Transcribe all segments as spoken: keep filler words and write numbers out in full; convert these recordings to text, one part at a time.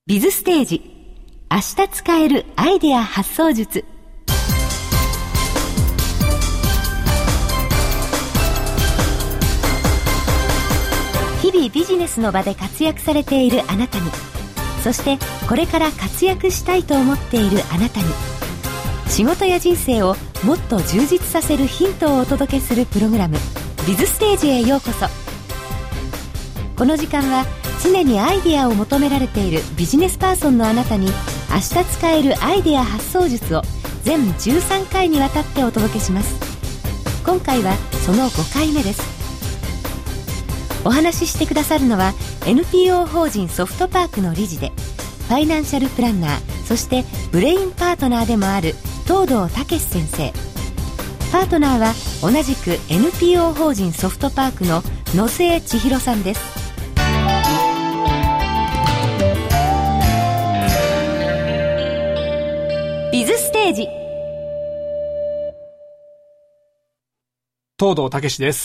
ビズステージ、明日使えるアイデア発想術。日々ビジネスの場で活躍されているあなたに、そしてこれから活躍したいと思っているあなたに、仕事や人生をもっと充実させるヒントをお届けするプログラム、ビズステージへようこそ。この時間は常にアイデアを求められているビジネスパーソンのあなたに、明日使えるアイデア発想術を全じゅうさんかいにわたってお届けします。今回はそのごかいめです。お話ししてくださるのは エヌピーオー 法人ソフトパークの理事で、ファイナンシャルプランナー、そしてブレインパートナーでもある東堂武先生。パートナーは同じく エヌピーオー 法人ソフトパークの野末千尋さんです。ビズステージ、 東堂武です。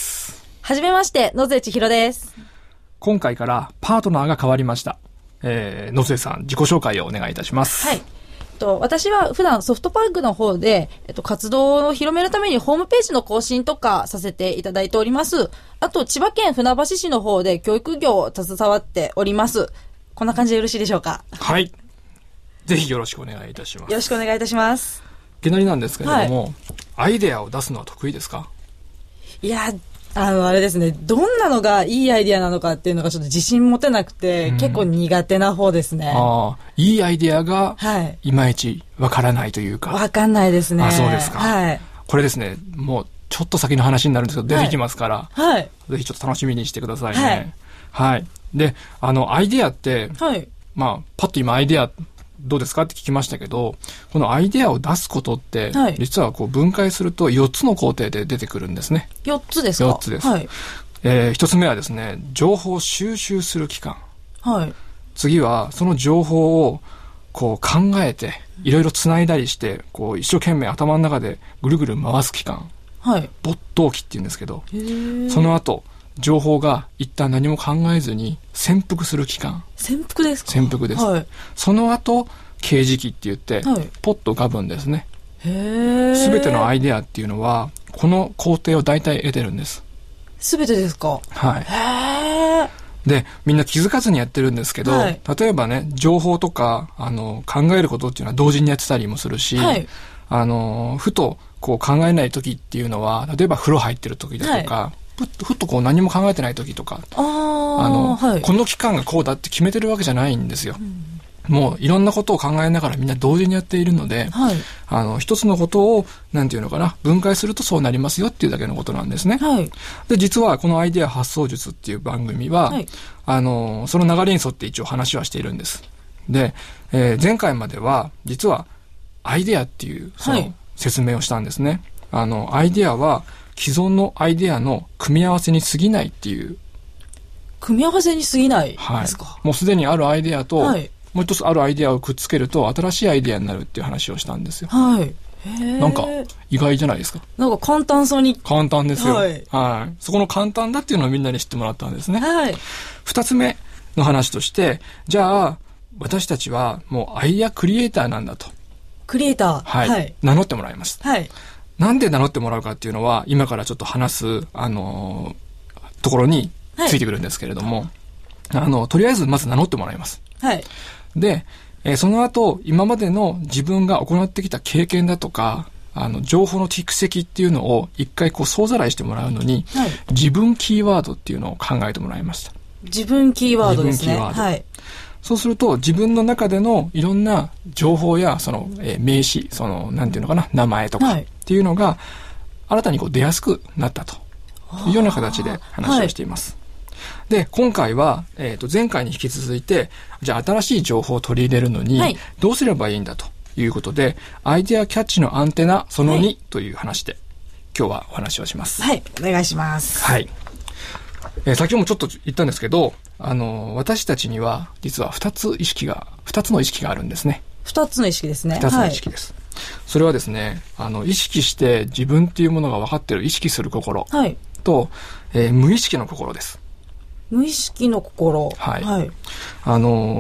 はじめまして、野末千尋です。 今回からパートナーが変わりました。えー、野末さん、自己紹介をお願いいたします。 はい。と私は普段ソフトパークの方で、えっと、活動を広めるためにホームページの更新とかさせていただいております。あと、千葉県船橋市の方で教育業を携わっております。こんな感じでよろしいでしょうか。 はい。ぜひよろしくお願いいたします。 よろしくお願いいたします。 いきなりなんですけれども、 はい、 アイデアを出すのは得意ですか？ いや、あの、あれですね、どんなのがいいアイデアなのかっていうのがちょっと自信持てなくて、うん、結構苦手な方ですね。 ああ、いいアイデアが、はい。いまいちわからないというか。 わかんないですね。 あ、そうですか。 はい。 これですね、もうちょっと先の話になるんですけど、出てきますから、 はい。 ぜひちょっと楽しみにしてくださいね。 はい。 はい。で、あの、アイデアって、はい。まあ、パッと今アイデア、どうですかって聞きましたけど、このアイデアを出すことって、はい、実はこう分解するとよっつの工程で出てくるんですね。 よっつですか？ よっつです。はい。えー、ひとつめはですね、情報を収集する期間。はい。次は、その情報をこう考えて、いろいろ繋いだりして、こう一生懸命頭の中でぐるぐる回す期間。はい。没頭期って言うんですけど、その後、情報が一旦何も考えずに潜伏する期間。 潜伏ですか？ 潜伏です。はい。その後、刑事期って言って、はい、ポッと浮かぶんですね。すべてのアイデアっていうのは、この工程を大体得てるんです。 すべてですか？ はい。 へー。 で、みんな気づかずにやってるんですけど、はい、例えばね、情報とか、あの、考えることっていうのは同時にやってたりもするし、はい、あの、ふとこう考えない時っていうのは、例えば風呂入ってる時だとか、はいふっと、ふっとこう何も考えてない時とか、あの、はい、この期間がこうだって決めてるわけじゃないんですよ。うん、もういろんなことを考えながらみんな同時にやっているので、はい、あの、一つのことを、なんていうのかな、分解するとそうなりますよっていうだけのことなんですね。はい、で、実はこのアイデア発想術っていう番組は、はい、あの、その流れに沿って一応話はしているんです。で、えー、前回までは、実はアイデアっていう、その説明をしたんですね。はい、あの、アイデアは、既存のアイデアの組み合わせに過ぎないっていう。 組み合わせに過ぎないですか？ はい。もうすでにあるアイデアと、はい、もう一つあるアイデアをくっつけると新しいアイデアになるっていう話をしたんですよ。はい。へー。なんか意外じゃないですか？ なんか簡単そうに。 簡単ですよ。はい。はい。そこの簡単だっていうのをみんなに知ってもらったんですね。はい。二つ目の話として、じゃあ私たちはもうアイデアクリエイターなんだと。 クリエイター。 はい。はい、名乗ってもらいます。はい。なんで名乗ってもらうかっていうのは、今からちょっと話す、あのー、ところについてくるんですけれども、はい、あの、とりあえずまず名乗ってもらいます。はい。で、えー、その後、今までの自分が行ってきた経験だとか、あの、情報の蓄積っていうのを一回こう総ざらいしてもらうのに、はい、自分キーワードっていうのを考えてもらいました。 自分キーワードですね。 自分キーワード。 はい。 そうすると、自分の中でのいろんな情報や、その、えー、名詞、その、なんていうのかな、名前とか、はい、っていうのが、新たにこう出やすくなったというような形で話をしています。はい、で、今回は、えっと、前回に引き続いて、じゃあ新しい情報を取り入れるのに、どうすればいいんだということで、アイデアキャッチのアンテナそのにという話で、今日はお話をします。 はい、お願いします。 はい。えー、先ほどもちょっと言ったんですけど、あの、私たちには実は二つ意識が、二つの意識があるんですね。 二つの意識ですね。 二つの意識です。はい、それはですね、あの、意識して自分っていうものが分かっている意識する心と、はい、えー、無意識の心です。 無意識の心。 はい。はい、あの、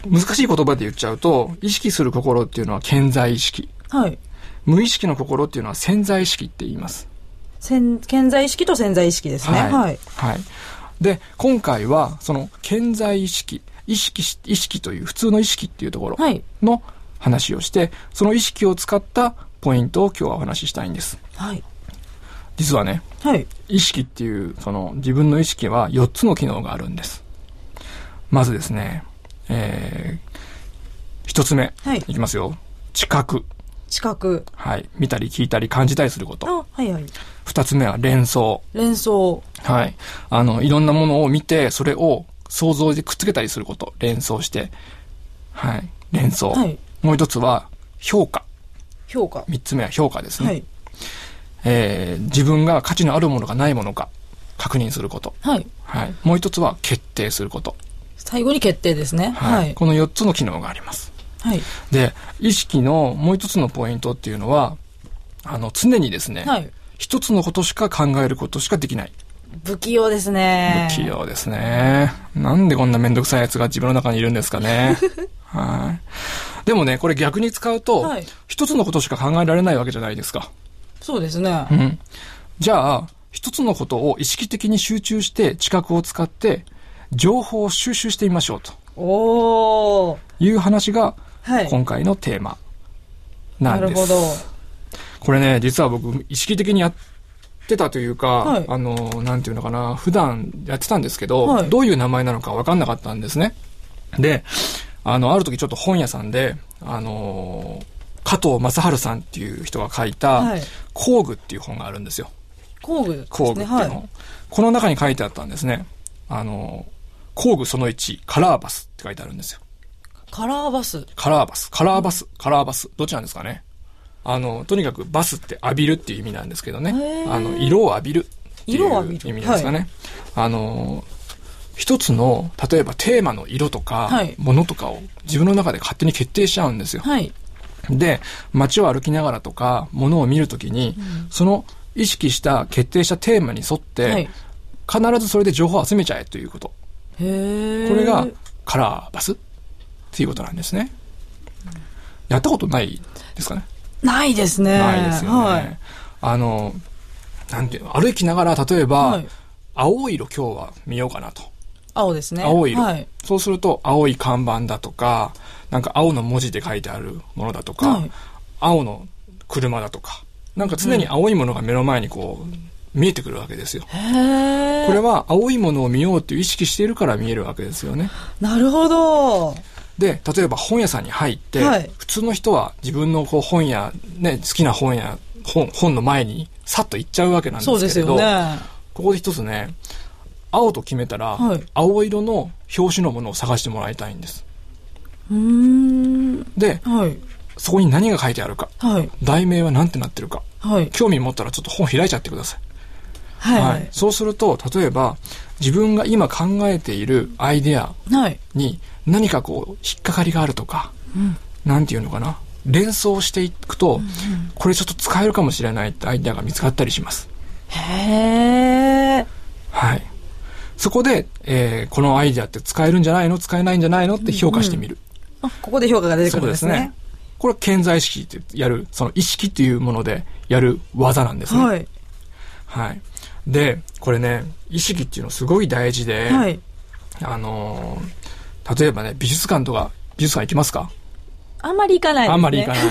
難しい言葉で言っちゃうと、意識する心っていうのは顕在意識。 はい。 無意識の心っていうのは潜在意識って言います。 潜在意識と潜在意識ですね。はい。はい。 はい、で、今回は、その顕在意識、意識し、意識という普通の意識っていうところの話をして、はい、その意識を使ったポイントを今日はお話ししたいんです。はい。実はね、はい、意識っていう、その自分の意識はよっつの機能があるんです。まずですね、えー、一つ目、はい、いきますよ。知覚。 知覚。 はい。見たり聞いたり感じたりすること。 あ、はいはい。 二つ目は連想。 連想。 はい。あの、いろんなものを見て、それを想像でくっつけたりすること。連想して。はい。連想。はい。もう一つは、評価。 評価。 三つ目は評価ですね。はい。えー、自分が価値のあるものがないものか、確認すること。はい。はい。もう一つは、決定すること。 最後に決定ですね。 はい。はい、このよっつの機能があります。はい。で、意識のもう一つのポイントっていうのは、あの、常にですね、はい。一つのことしか考えることしかできない。 不器用ですね。 不器用ですね。なんでこんなめんどくさいやつが自分の中にいるんですかね。はい。でもね、これ逆に使うと、はい、一つのことしか考えられないわけじゃないですか。 そうですね。 うん。じゃあ、一つのことを意識的に集中して知覚を使って情報を収集してみましょうと。おー。いう話が今回のテーマなんです。はい、なるほど。これね、実は僕意識的にやってたというか、はい、あの、なんていうのかな、普段やってたんですけど、はい、どういう名前なのか分かんなかったんですね。で、あの、ある時ちょっと本屋さんで、あの、加藤正治さんっていう人が書いた、はい、工具っていう本があるんですよ。 工具ですね。 工具っていう本、はい。この中に書いてあったんですね。あの、工具そのいち、カラーバスって書いてあるんですよ。 カラーバスカラーバス。カラーバス。カラーバス。どっちなんですかね。あの、とにかくバスって浴びるっていう意味なんですけどね。あの、色を浴びるっていう意味なんですかね。はい、あの、一つの、例えばテーマの色とか、はい、ものとかを自分の中で勝手に決定しちゃうんですよ。はい、で、街を歩きながらとか、ものを見るときに、うん、その意識した決定したテーマに沿って、はい、必ずそれで情報を集めちゃえということ。へー。これがカラーバスっていうことなんですね。うん、やったことないですかね。 ないですね。 ないですよね。はい、あの、なんていうの、歩きながら例えば、はい、青い色今日は見ようかなと。 青ですね。 青い色。はい、そうすると、青い看板だとか、なんか青の文字で書いてあるものだとか、はい、青の車だとか、なんか常に青いものが目の前にこう、見えてくるわけですよ。へー。これは青いものを見ようっていう意識しているから見えるわけですよね。 なるほど。 で、例えば本屋さんに入って、はい、普通の人は自分のこう本屋、ね、好きな本屋、本、本の前にさっと行っちゃうわけなんですけれど、そうですよね。ここで一つね、青と決めたら、はい、青色の表紙のものを探してもらいたいんです。うーん。で、はい、そこに何が書いてあるか、はい、題名は何てなってるか、はい、興味持ったらちょっと本開いちゃってください。はいはい、そうすると、例えば自分が今考えているアイデアに何かこう引っかかりがあるとか、うん、なんていうのかな、連想していくと、うんうん、これちょっと使えるかもしれないってアイデアが見つかったりします。へー。はい。そこで、えー、このアイデアって使えるんじゃないの、使えないんじゃないのって評価してみる。 うんうん、あ、ここで評価が出てくるんですね。そうですね。 これは顕在意識ってやる、その意識っていうものでやる技なんですね。はい。はい。で、これね、意識っていうのすごい大事で、はい、あのー、例えばね、美術館とか、美術館行きますか？ あんまり行かないですね。 あんまり行かない。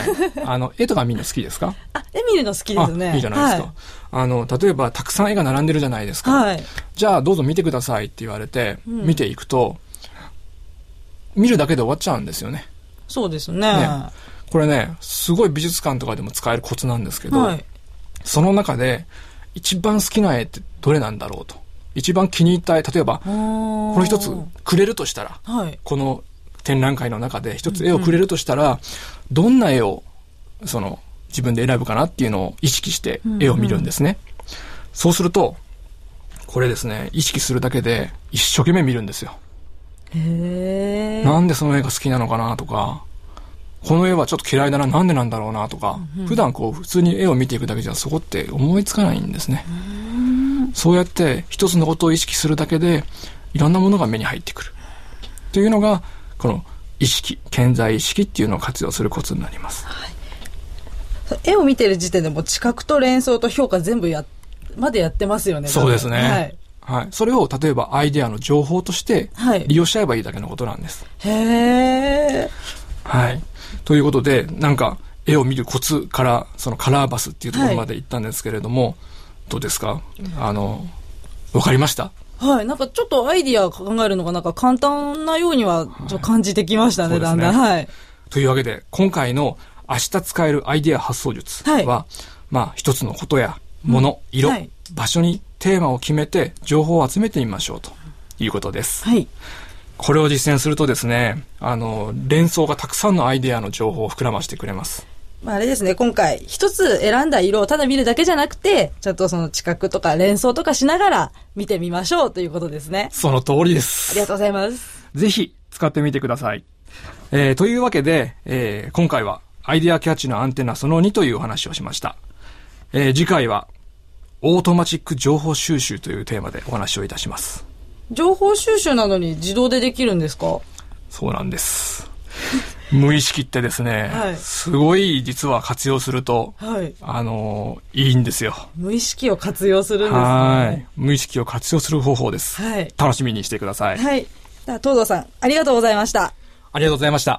あの、絵とかみんな好きですか？ あ、絵見るの好きですね。 あ、いいじゃないですか。はい、あの、例えば、たくさん絵が並んでるじゃないですか。はい、じゃあ、どうぞ見てくださいって言われて、うん、見ていくと、見るだけで終わっちゃうんですよね。 そうですね。ね、 これね、すごい美術館とかでも使えるコツなんですけど、はい、その中で、一番好きな絵ってどれなんだろうと。一番気に入った絵、例えば、この一つくれるとしたら、はい、この展覧会の中で一つ絵をくれるとしたら、うんうん、どんな絵を、その、自分で選ぶかなっていうのを意識して絵を見るんですね。うんうん、そうすると、これですね、意識するだけで一生懸命見るんですよ。へー。なんでその絵が好きなのかなとか、この絵はちょっと嫌いだな、なんでなんだろうなとか、うんうん、普段こう普通に絵を見ていくだけじゃそこって思いつかないんですね。うそうやって一つのことを意識するだけでいろんなものが目に入ってくるというのがこの意識、顕在意識っていうのを活用するコツになります。 はい、絵を見てる時点でも知覚と連想と評価全部やまでやってますよね。 そうですね。はい。はい。それを例えばアイデアの情報として利用しちゃえばいいだけのことなんです。 はい、へー。 はい。ということで、なんか絵を見るコツからそのカラーバスっていうところまで行ったんですけれども、はい、どうですか？あの、わかりました？ はい。なんかちょっとアイディア考えるのがなんか簡単なようにはちょっと感じてきましたね、はい、だんだん。はい。 というわけで、今回の明日使えるアイディア発想術は、はい、まあ一つのことやもの、うん、色、はい、場所にテーマを決めて情報を集めてみましょうということです。 はい。 これを実践するとですね、あの、連想がたくさんのアイデアの情報を膨らましてくれます。 まあ、あれですね、今回一つ選んだ色をただ見るだけじゃなくて、ちゃんとその知覚とか連想とかしながら見てみましょうということですね。 その通りです。 ありがとうございます。 ぜひ使ってみてください。えー、というわけで、えー、今回はアイデアキャッチのアンテナそのにというお話をしました。えー、次回はオートマチック情報収集というテーマでお話をいたします。 情報収集なのに自動でできるんですか？ そうなんです。無意識ってですね、はい、すごい実は活用すると、はい、あのいいんですよ。 無意識を活用するんですね。 はい。無意識を活用する方法です。はい。楽しみにしてください。 はい。では東堂さん、ありがとうございました。 ありがとうございました。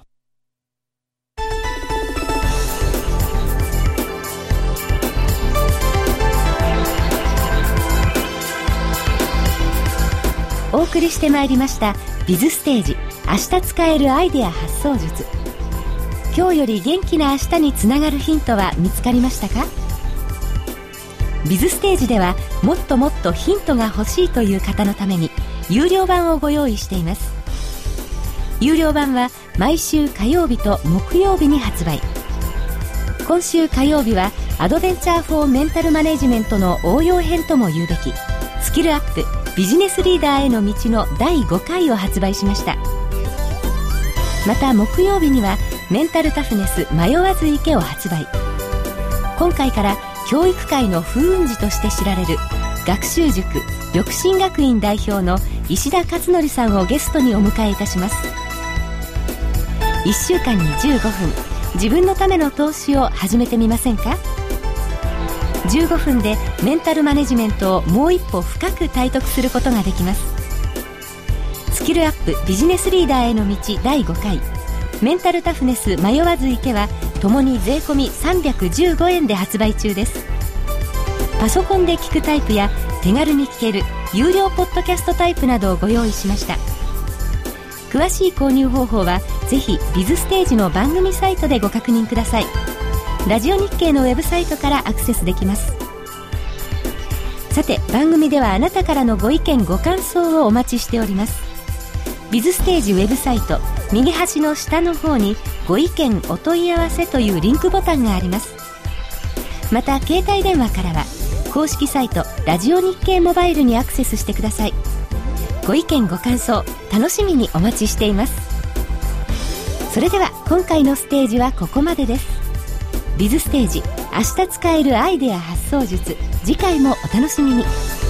お送りしてまいりましたビズステージ明日使えるアイデア発想術。今日より元気な明日につながるヒントは見つかりましたか？ビズステージではもっともっとヒントが欲しいという方のために有料版をご用意しています。有料版は毎週火曜日と木曜日に発売。今週火曜日はアドベンチャーフォーメンタルマネジメントの応用編とも言うべきスキルアップビジネスリーダーへの道のだいごかいを発売しました。また木曜日にはメンタルタフネス迷わず池を発売。今回から教育界の風雲児として知られる学習塾緑進学院代表の石田勝則さんをゲストにお迎えいたします。いっしゅうかんにじゅうごふん、自分のための投資を始めてみませんか？じゅうごふんでメンタルマネジメントをもう一歩深く体得することができます。スキルアップビジネスリーダーへの道だいごかい、メンタルタフネス迷わず池はともに税込みさんびゃくじゅうごえんで発売中です。パソコンで聞くタイプや手軽に聞ける有料ポッドキャストタイプなどをご用意しました。詳しい購入方法はぜひビズステージの番組サイトでご確認ください。ラジオ日経のウェブサイトからアクセスできます。さて番組ではあなたからのご意見ご感想をお待ちしております。ビズステージウェブサイト右端の下の方にご意見お問い合わせというリンクボタンがあります。また携帯電話からは公式サイトラジオ日経モバイルにアクセスしてください。ご意見ご感想楽しみにお待ちしています。それでは今回のステージはここまでです。ビズステージ明日使えるアイデア発想術、次回もお楽しみに。